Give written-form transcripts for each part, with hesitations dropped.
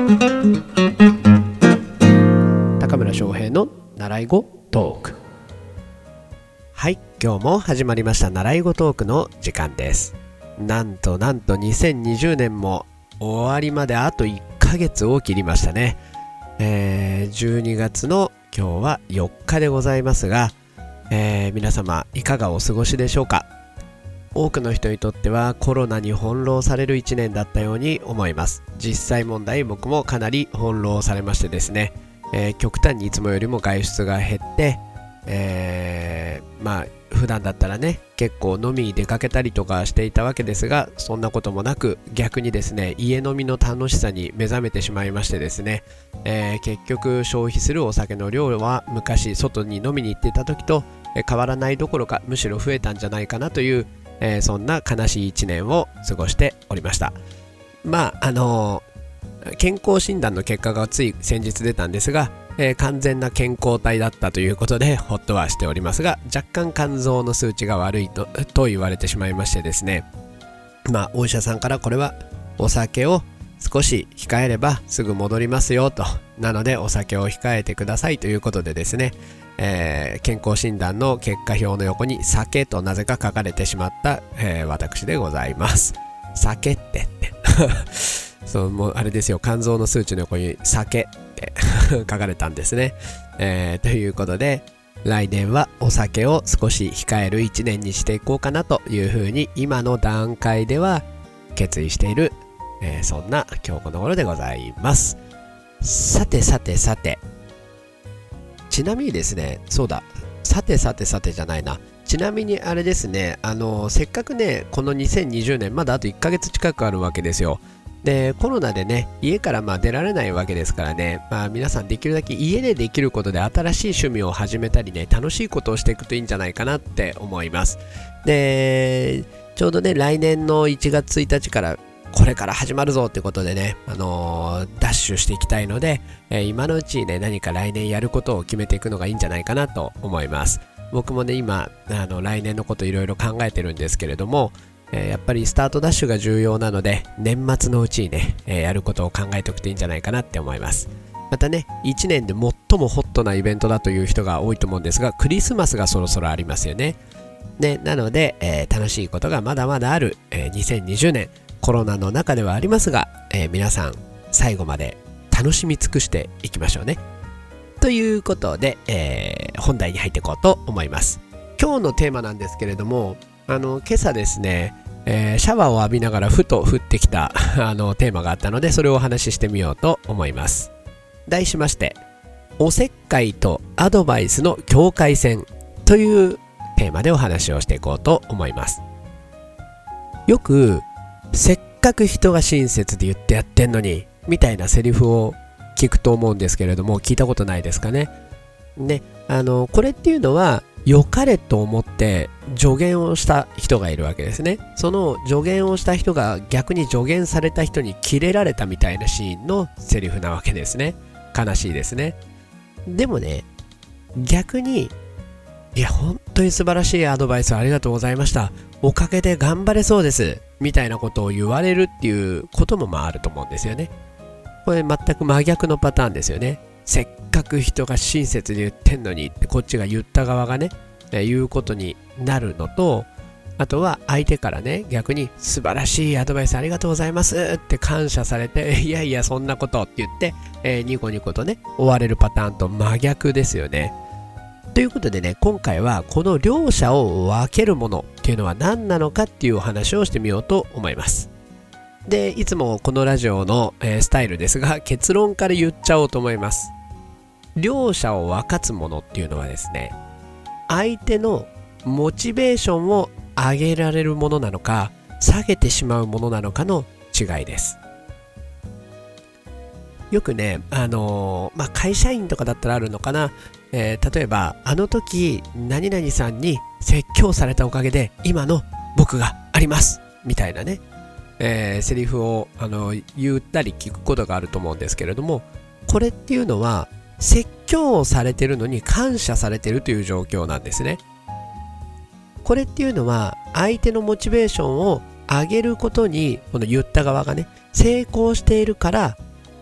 高村翔平の習い語トーク。はい、今日も始まりました習い語トークの時間です。なんと2020年も終わりまであと1ヶ月を切りましたね。12月の今日は4日でございますが、皆様いかがお過ごしでしょうか。多くの人にとってはコロナに翻弄される1年だったように思います。実際問題、僕もかなり翻弄されましてですね、極端にいつもよりも外出が減って、普段だったらね結構飲みに出かけたりとかしていたわけですが、そんなこともなく逆にですね家飲みの楽しさに目覚めてしまいましてですね、結局消費するお酒の量は昔外に飲みに行っていた時と変わらないどころかむしろ増えたんじゃないかなという、そんな悲しい1年を過ごしておりました。健康診断の結果がつい先日出たんですが、完全な健康体だったということでほっとはしておりますが、若干肝臓の数値が悪いと言われてしまいましてですね、お医者さんからこれはお酒を少し控えればすぐ戻りますよと、なのでお酒を控えてくださいということでですね、健康診断の結果表の横に酒となぜか書かれてしまった、私でございます。酒ってそうもうあれですよ、肝臓の数値の横に酒って書かれたんですね。ということで来年はお酒を少し控える1年にしていこうかなというふうに今の段階では決意している、そんな今日この頃でございます。さてちなみにですね、そうだ、さてじゃないな、ちなみにあれですね、せっかくねこの2020年まだあと1ヶ月近くあるわけですよ。でコロナでね家から出られないわけですからね、皆さんできるだけ家でできることで新しい趣味を始めたりね、楽しいことをしていくといいんじゃないかなって思います。でちょうどね来年の1月1日からこれから始まるぞってことでね、ダッシュしていきたいので、今のうちにね何か来年やることを決めていくのがいいんじゃないかなと思います。僕もね今来年のこといろいろ考えてるんですけれども、やっぱりスタートダッシュが重要なので年末のうちにね、やることを考えておくといいんじゃないかなって思います。またね1年で最もホットなイベントだという人が多いと思うんですが、クリスマスがそろそろありますよね。なので、楽しいことがまだまだある、2020年、コロナの中ではありますが、皆さん最後まで楽しみ尽くしていきましょうね。ということで、本題に入っていこうと思います。今日のテーマなんですけれども、今朝ですね、シャワーを浴びながらふと降ってきたテーマがあったので、それをお話ししてみようと思います。題しまして、おせっかいとアドバイスの境界線というテーマでお話をしていこうと思います。よくせっかく人が親切で言ってやってんのにみたいなセリフを聞くと思うんですけれども、聞いたことないですかね。これっていうのは良かれと思って助言をした人がいるわけですね。その助言をした人が逆に助言された人にキレられたみたいなシーンのセリフなわけですね。悲しいですね。でもね、逆にいや本当に素晴らしいアドバイスありがとうございました、おかげで頑張れそうですみたいなことを言われるっていうこともあると思うんですよね。これ全く真逆のパターンですよね。せっかく人が親切に言ってんのにってこっちが言った側がね言うことになるのと、あとは相手からね逆に素晴らしいアドバイスありがとうございますって感謝されて、いやいやそんなことって言って、ニコニコとね終われるパターンと真逆ですよね。ということでね、今回はこの両者を分けるものっていうのは何なのかっていうお話をしてみようと思います。でいつもこのラジオの、スタイルですが、結論から言っちゃおうと思います。両者を分かつものっていうのはですね、相手のモチベーションを上げられるものなのか下げてしまうものなのかの違いです。よくね、会社員とかだったらあるのかな、例えばあの時何々さんに説教されたおかげで今の僕がありますみたいなね、セリフを言ったり聞くことがあると思うんですけれども、これっていうのは説教をされてるのに感謝されてるという状況なんですね。これっていうのは相手のモチベーションを上げることにこの言った側がね成功しているから、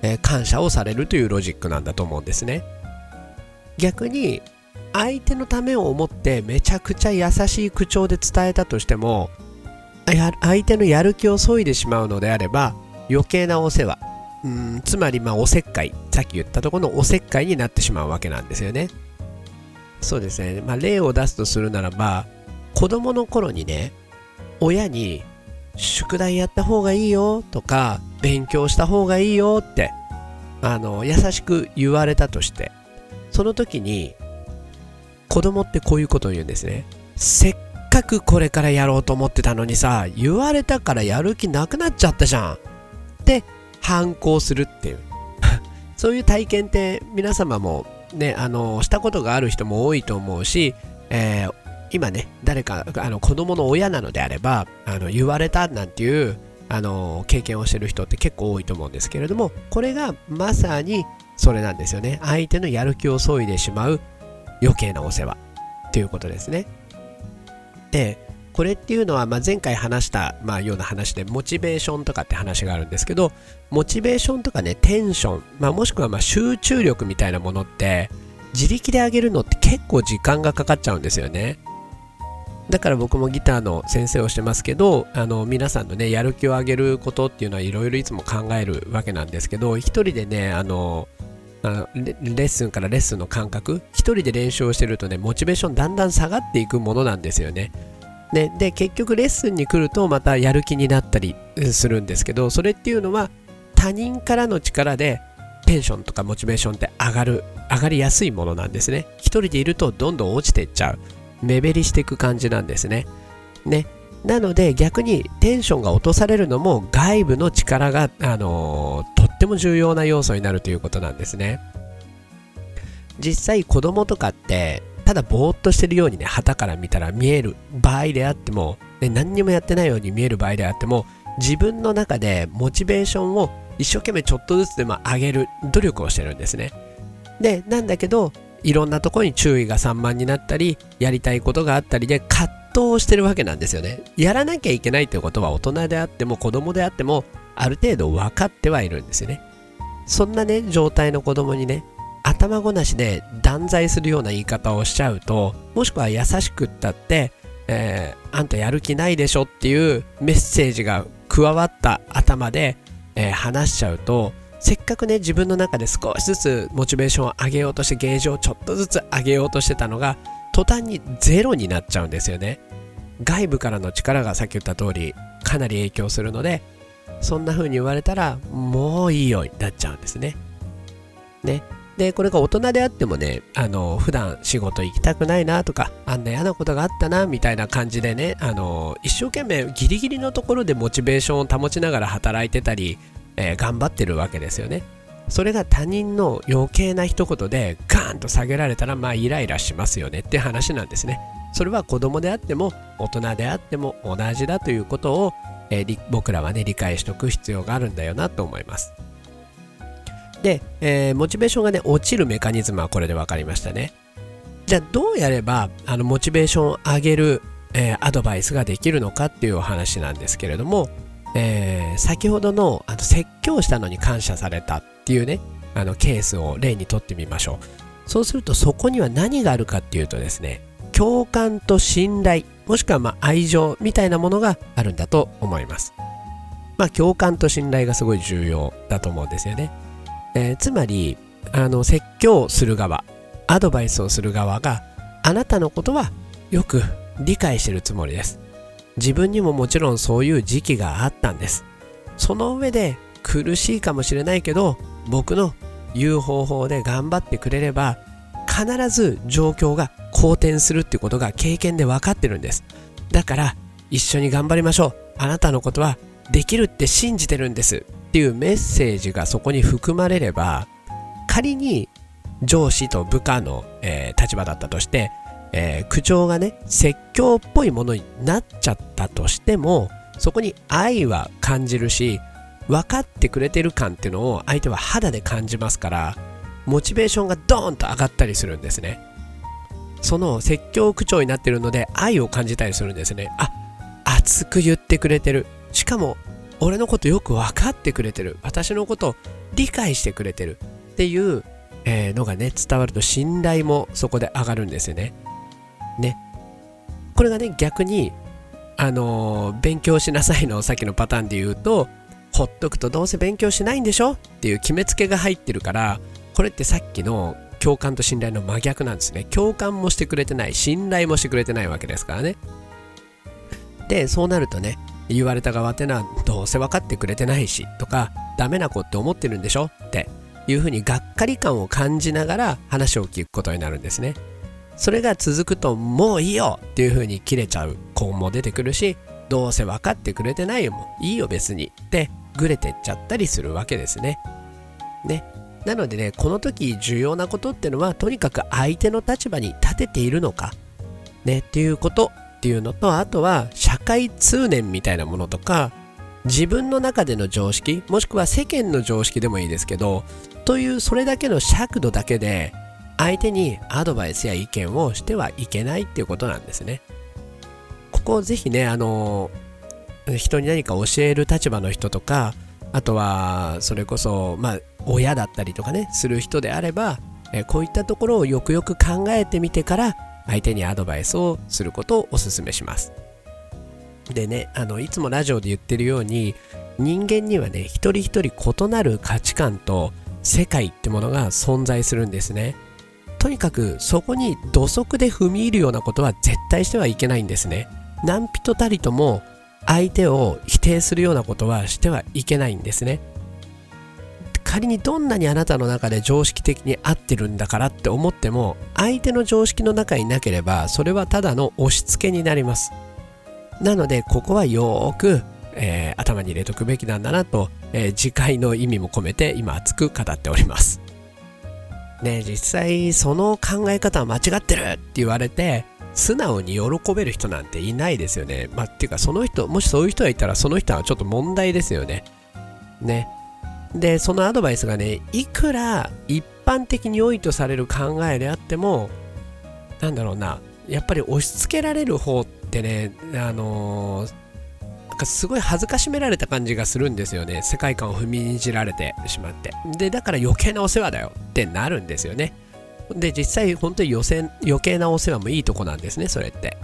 感謝をされるというロジックなんだと思うんですね。逆に相手のためを思ってめちゃくちゃ優しい口調で伝えたとしても、相手のやる気を削いでしまうのであれば余計なお世話、つまりおせっかい、さっき言ったところのおせっかいになってしまうわけなんですよね。そうですね、例を出すとするならば、子供の頃にね、親に宿題やった方がいいよとか勉強した方がいいよって優しく言われたとして、その時に子供ってこういうことを言うんですね。せっかくこれからやろうと思ってたのにさ、言われたからやる気なくなっちゃったじゃんって反抗するっていうそういう体験って皆様もね、したことがある人も多いと思うし、今ね、誰か子供の親なのであれば言われたなんていう経験をしてる人って結構多いと思うんですけれども、これがまさにそれなんですよね。相手のやる気を削いでしまう余計なお世話ということですね。で、これっていうのは前回話したような話でモチベーションとかって話があるんですけど、モチベーションとかね、テンション、もしくは集中力みたいなものって自力で上げるのって結構時間がかかっちゃうんですよね。だから僕もギターの先生をしてますけど、皆さんのね、やる気を上げることっていうのはいろいろいつも考えるわけなんですけど、一人でね、レッスンからレッスンの感覚、一人で練習をしてるとね、モチベーションだんだん下がっていくものなんですよね。で結局レッスンに来るとまたやる気になったりするんですけど、それっていうのは他人からの力でテンションとかモチベーションって上がりやすいものなんですね。一人でいるとどんどん落ちていっちゃう、目減りしていく感じなんですね。なので逆にテンションが落とされるのも外部の力が、とっても重要な要素になるということなんですね。実際子供とかってただぼーっとしてるようにね、旗から見たら見える場合であっても、何にもやってないように見える場合であっても、自分の中でモチベーションを一生懸命ちょっとずつでも上げる努力をしてるんですね。なんだけどいろんなところに注意が散漫になったり、やりたいことがあったりで葛藤をしてるわけなんですよね。やらなきゃいけないということは大人であっても子供であってもある程度分かってはいるんですよね。そんなね、状態の子供にね、頭ごなしで断罪するような言い方をしちゃうと、もしくは優しくったって、あんたやる気ないでしょっていうメッセージが加わった頭で、話しちゃうと、せっかくね、自分の中で少しずつモチベーションを上げようとして、ゲージをちょっとずつ上げようとしてたのが途端にゼロになっちゃうんですよね。外部からの力がさっき言った通りかなり影響するので、そんな風に言われたらもういいよになっちゃうんですね。でこれが大人であってもね、普段仕事行きたくないなとか、あんな嫌なことがあったなみたいな感じでね、一生懸命ギリギリのところでモチベーションを保ちながら働いてたり、頑張ってるわけですよね。それが他人の余計な一言でガーンと下げられたら、イライラしますよねって話なんですね。それは子供であっても大人であっても同じだということを、僕らはね、理解しておく必要があるんだよなと思います。で、モチベーションがね、落ちるメカニズムはこれで分かりましたね。じゃあどうやればモチベーションを上げる、アドバイスができるのかっていうお話なんですけれども、先ほどの説教したのに感謝されたっていうね、ケースを例にとってみましょう。そうするとそこには何があるかっていうとですね、共感と信頼、もしくは愛情みたいなものがあるんだと思います。共感と信頼がすごい重要だと思うんですよね。つまり説教する側、アドバイスをする側があなたのことはよく理解してるつもりです。自分にももちろんそういう時期があったんです。その上で苦しいかもしれないけど、僕の言う方法で頑張ってくれれば必ず状況が好転するっていうことが経験で分かってるんです。だから一緒に頑張りましょう、あなたのことはできるって信じてるんですっていうメッセージがそこに含まれれば、仮に上司と部下の、立場だったとして、口調がね、説教っぽいものになっちゃったとしても、そこに愛は感じるし、分かってくれてる感っていうのを相手は肌で感じますから、モチベーションがドーンと上がったりするんですね。その説教口調になってるので愛を感じたりするんですね。熱く言ってくれてる、しかも俺のことよく分かってくれてる、私のこと理解してくれてるっていう、のがね伝わると信頼もそこで上がるんですよね。これがね逆に勉強しなさいのさっきのパターンで言うと、ほっとくとどうせ勉強しないんでしょっていう決めつけが入ってるから、これってさっきの共感と信頼の真逆なんですね。共感もしてくれてない、信頼もしてくれてないわけですからね。でそうなるとね、言われた側ってのはどうせ分かってくれてないしとか、ダメな子って思ってるんでしょっていうふうにがっかり感を感じながら話を聞くことになるんですね。それが続くともういいよっていうふうに切れちゃう子も出てくるし、どうせ分かってくれてないよ、もういいよ別にってぐれてっちゃったりするわけですね。なのでね、この時重要なことってのは、とにかく相手の立場に立てているのかっていうことっていうのと、あとは社会通念みたいなものとか、自分の中での常識、もしくは世間の常識でもいいですけど、というそれだけの尺度だけで相手にアドバイスや意見をしてはいけないっていうことなんですね。ここをぜひね、人に何か教える立場の人とか、あとはそれこそ親だったりとかねする人であれば、こういったところをよくよく考えてみてから相手にアドバイスをすることをお勧めします。でね、いつもラジオで言ってるように、人間にはね一人一人異なる価値観と世界ってものが存在するんですね。とにかくそこに土足で踏み入るようなことは絶対してはいけないんですね。何人たりとも相手を否定するようなことはしてはいけないんですね。仮にどんなにあなたの中で常識的に合ってるんだからって思っても、相手の常識の中になければそれはただの押し付けになります。なのでここはよーく、頭に入れとくべきなんだなと、次回の意味も込めて今熱く語っておりますね。実際その考え方は間違ってるって言われて素直に喜べる人なんていないですよね。っていうか、その人、もしそういう人がいたらその人はちょっと問題ですよね。でそのアドバイスがね、いくら一般的に良いとされる考えであっても、なんだろうな、やっぱり押し付けられる方ってね、なんかすごい恥ずかしめられた感じがするんですよね。世界観を踏みにじられてしまって、でだから余計なお世話だよってなるんですよね。で実際本当に余計なお世話もいいとこなんですね、それって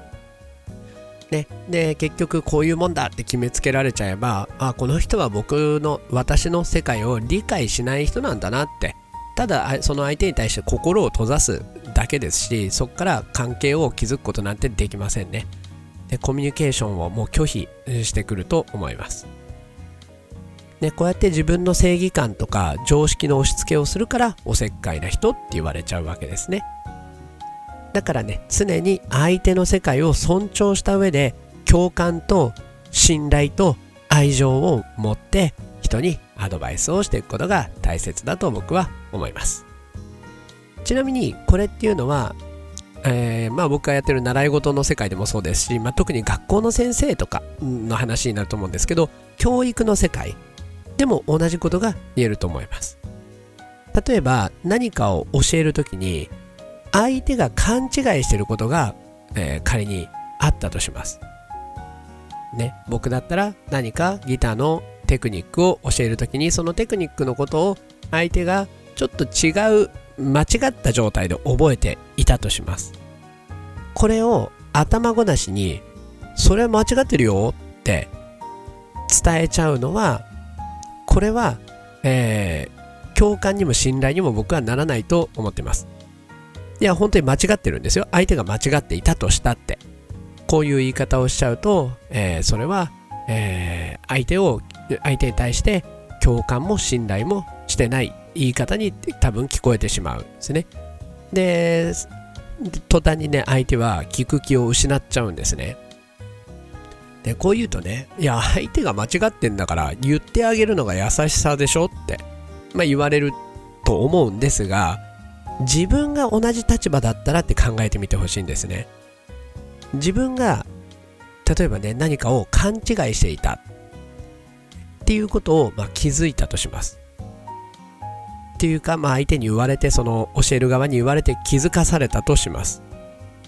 で結局こういうもんだって決めつけられちゃえば、この人は私の世界を理解しない人なんだなって、ただその相手に対して心を閉ざすだけですし、そこから関係を築くことなんてできませんね。でコミュニケーションをもう拒否してくると思います。こうやって自分の正義感とか常識の押し付けをするからおせっかいな人って言われちゃうわけですね。だからね、常に相手の世界を尊重した上で共感と信頼と愛情を持って人にアドバイスをしていくことが大切だと僕は思います。ちなみにこれっていうのは、僕がやってる習い事の世界でもそうですし、特に学校の先生とかの話になると思うんですけど、教育の世界でも同じことが言えると思います。例えば何かを教えるときに相手が勘違いしていることが、仮にあったとします僕だったら何かギターのテクニックを教えるときに、そのテクニックのことを相手がちょっと違う間違った状態で覚えていたとします。これを頭ごなしにそれは間違ってるよって伝えちゃうのは、これは、共感にも信頼にも僕はならないと思ってます。いや本当に間違ってるんですよ。相手が間違っていたとしたって、こういう言い方をしちゃうと、それは、相手に対して共感も信頼もしてない言い方に多分聞こえてしまうんですね。で途端にね、相手は聞く気を失っちゃうんですね。でこう言うとね、いや相手が間違ってんだから言ってあげるのが優しさでしょって、言われると思うんですが、自分が同じ立場だったらって考えてみてほしいんですね。自分が例えばね、何かを勘違いしていたっていうことを気づいたとします。っていうか、相手に言われて、その教える側に言われて気づかされたとします。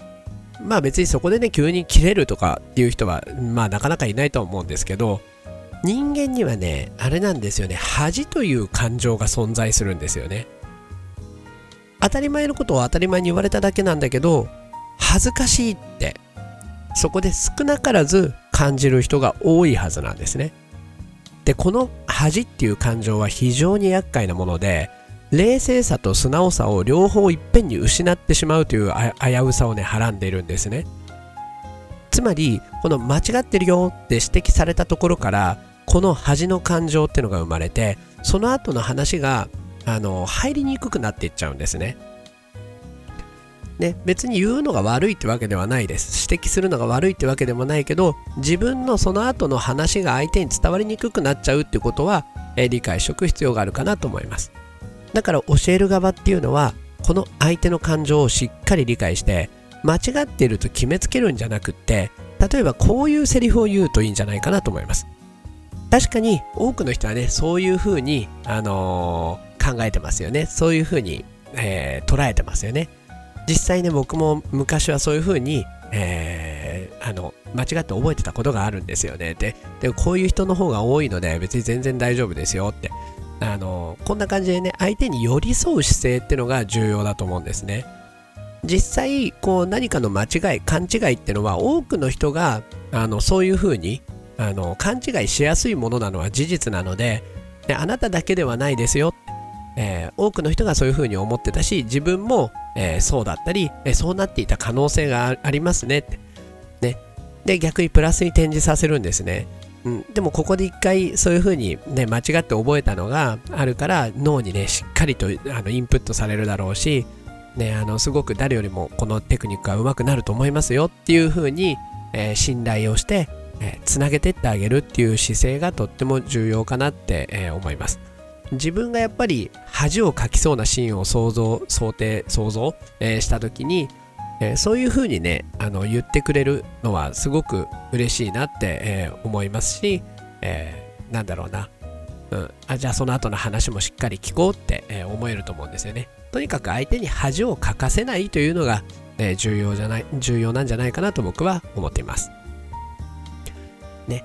別にそこでね急に切れるとかっていう人はなかなかいないと思うんですけど、 人間にはね、あれなんですよね、恥という感情が存在するんですよね。当たり前のことを当たり前に言われただけなんだけど、恥ずかしいってそこで少なからず感じる人が多いはずなんですね。で、この恥っていう感情は非常に厄介なもので、冷静さと素直さを両方いっぺんに失ってしまうという危うさをね、はらんでいるんですね。つまりこの間違ってるよって指摘されたところから、この恥の感情っていうのが生まれて、その後の話が入りにくくなっていっちゃうんですね。別に言うのが悪いってわけではないです。指摘するのが悪いってわけでもないけど、自分のその後の話が相手に伝わりにくくなっちゃうっていうことは、理解しておく必要があるかなと思います。だから教える側っていうのは、この相手の感情をしっかり理解して、間違っていると決めつけるんじゃなくって、例えばこういうセリフを言うといいんじゃないかなと思います。確かに多くの人はね、そういうふうに、考えてますよね。そういうふうに、捉えてますよね。実際ね、僕も昔はそういうふうに、間違って覚えてたことがあるんですよね。でこういう人の方が多いので、別に全然大丈夫ですよって、こんな感じでね、相手に寄り添う姿勢っていうのが重要だと思うんですね。実際こう何かの間違い、勘違いっていうのは、多くの人がそういうふうに勘違いしやすいものなのは事実なので、あなただけではないですよ、多くの人がそういうふうに思ってたし、自分も、そうだったり、そうなっていた可能性がありますねって、で逆にプラスに転じさせるんですね。でもここで一回そういうふうに、間違って覚えたのがあるから、脳にねしっかりとインプットされるだろうし、すごく誰よりもこのテクニックが上手くなると思いますよっていうふうに、信頼をして、つなげてってあげるっていう姿勢がとっても重要かなって、思います。自分がやっぱり恥をかきそうなシーンを想像した時に、そういう風にね言ってくれるのはすごく嬉しいなって、思いますし、なんだろうな、じゃあその後の話もしっかり聞こうって、思えると思うんですよね。とにかく相手に恥をかかせないというのが、重要なんじゃないかなと僕は思っていますね。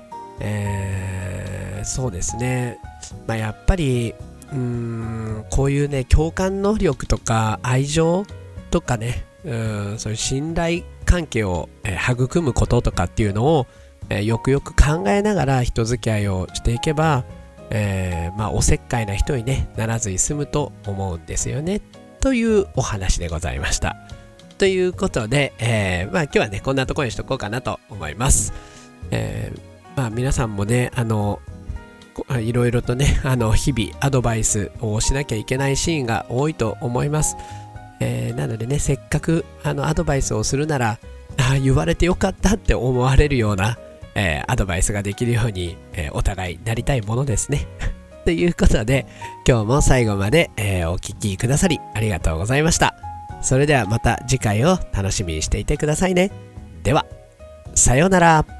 そうですね、やっぱりこういうね共感能力とか愛情とかね、そういう信頼関係を、育むこととかっていうのを、よくよく考えながら人付き合いをしていけば、おせっかいな人に、ならずに済むと思うんですよね、というお話でございました。ということで、今日はねこんなところにしとこうかなと思います。皆さんもねいろいろとね日々アドバイスをしなきゃいけないシーンが多いと思います。なのでね、せっかくアドバイスをするなら言われてよかったって思われるような、アドバイスができるように、お互いなりたいものですね。ということで今日も最後まで、お聞きくださりありがとうございました。それではまた次回を楽しみにしていてくださいね。ではさようなら。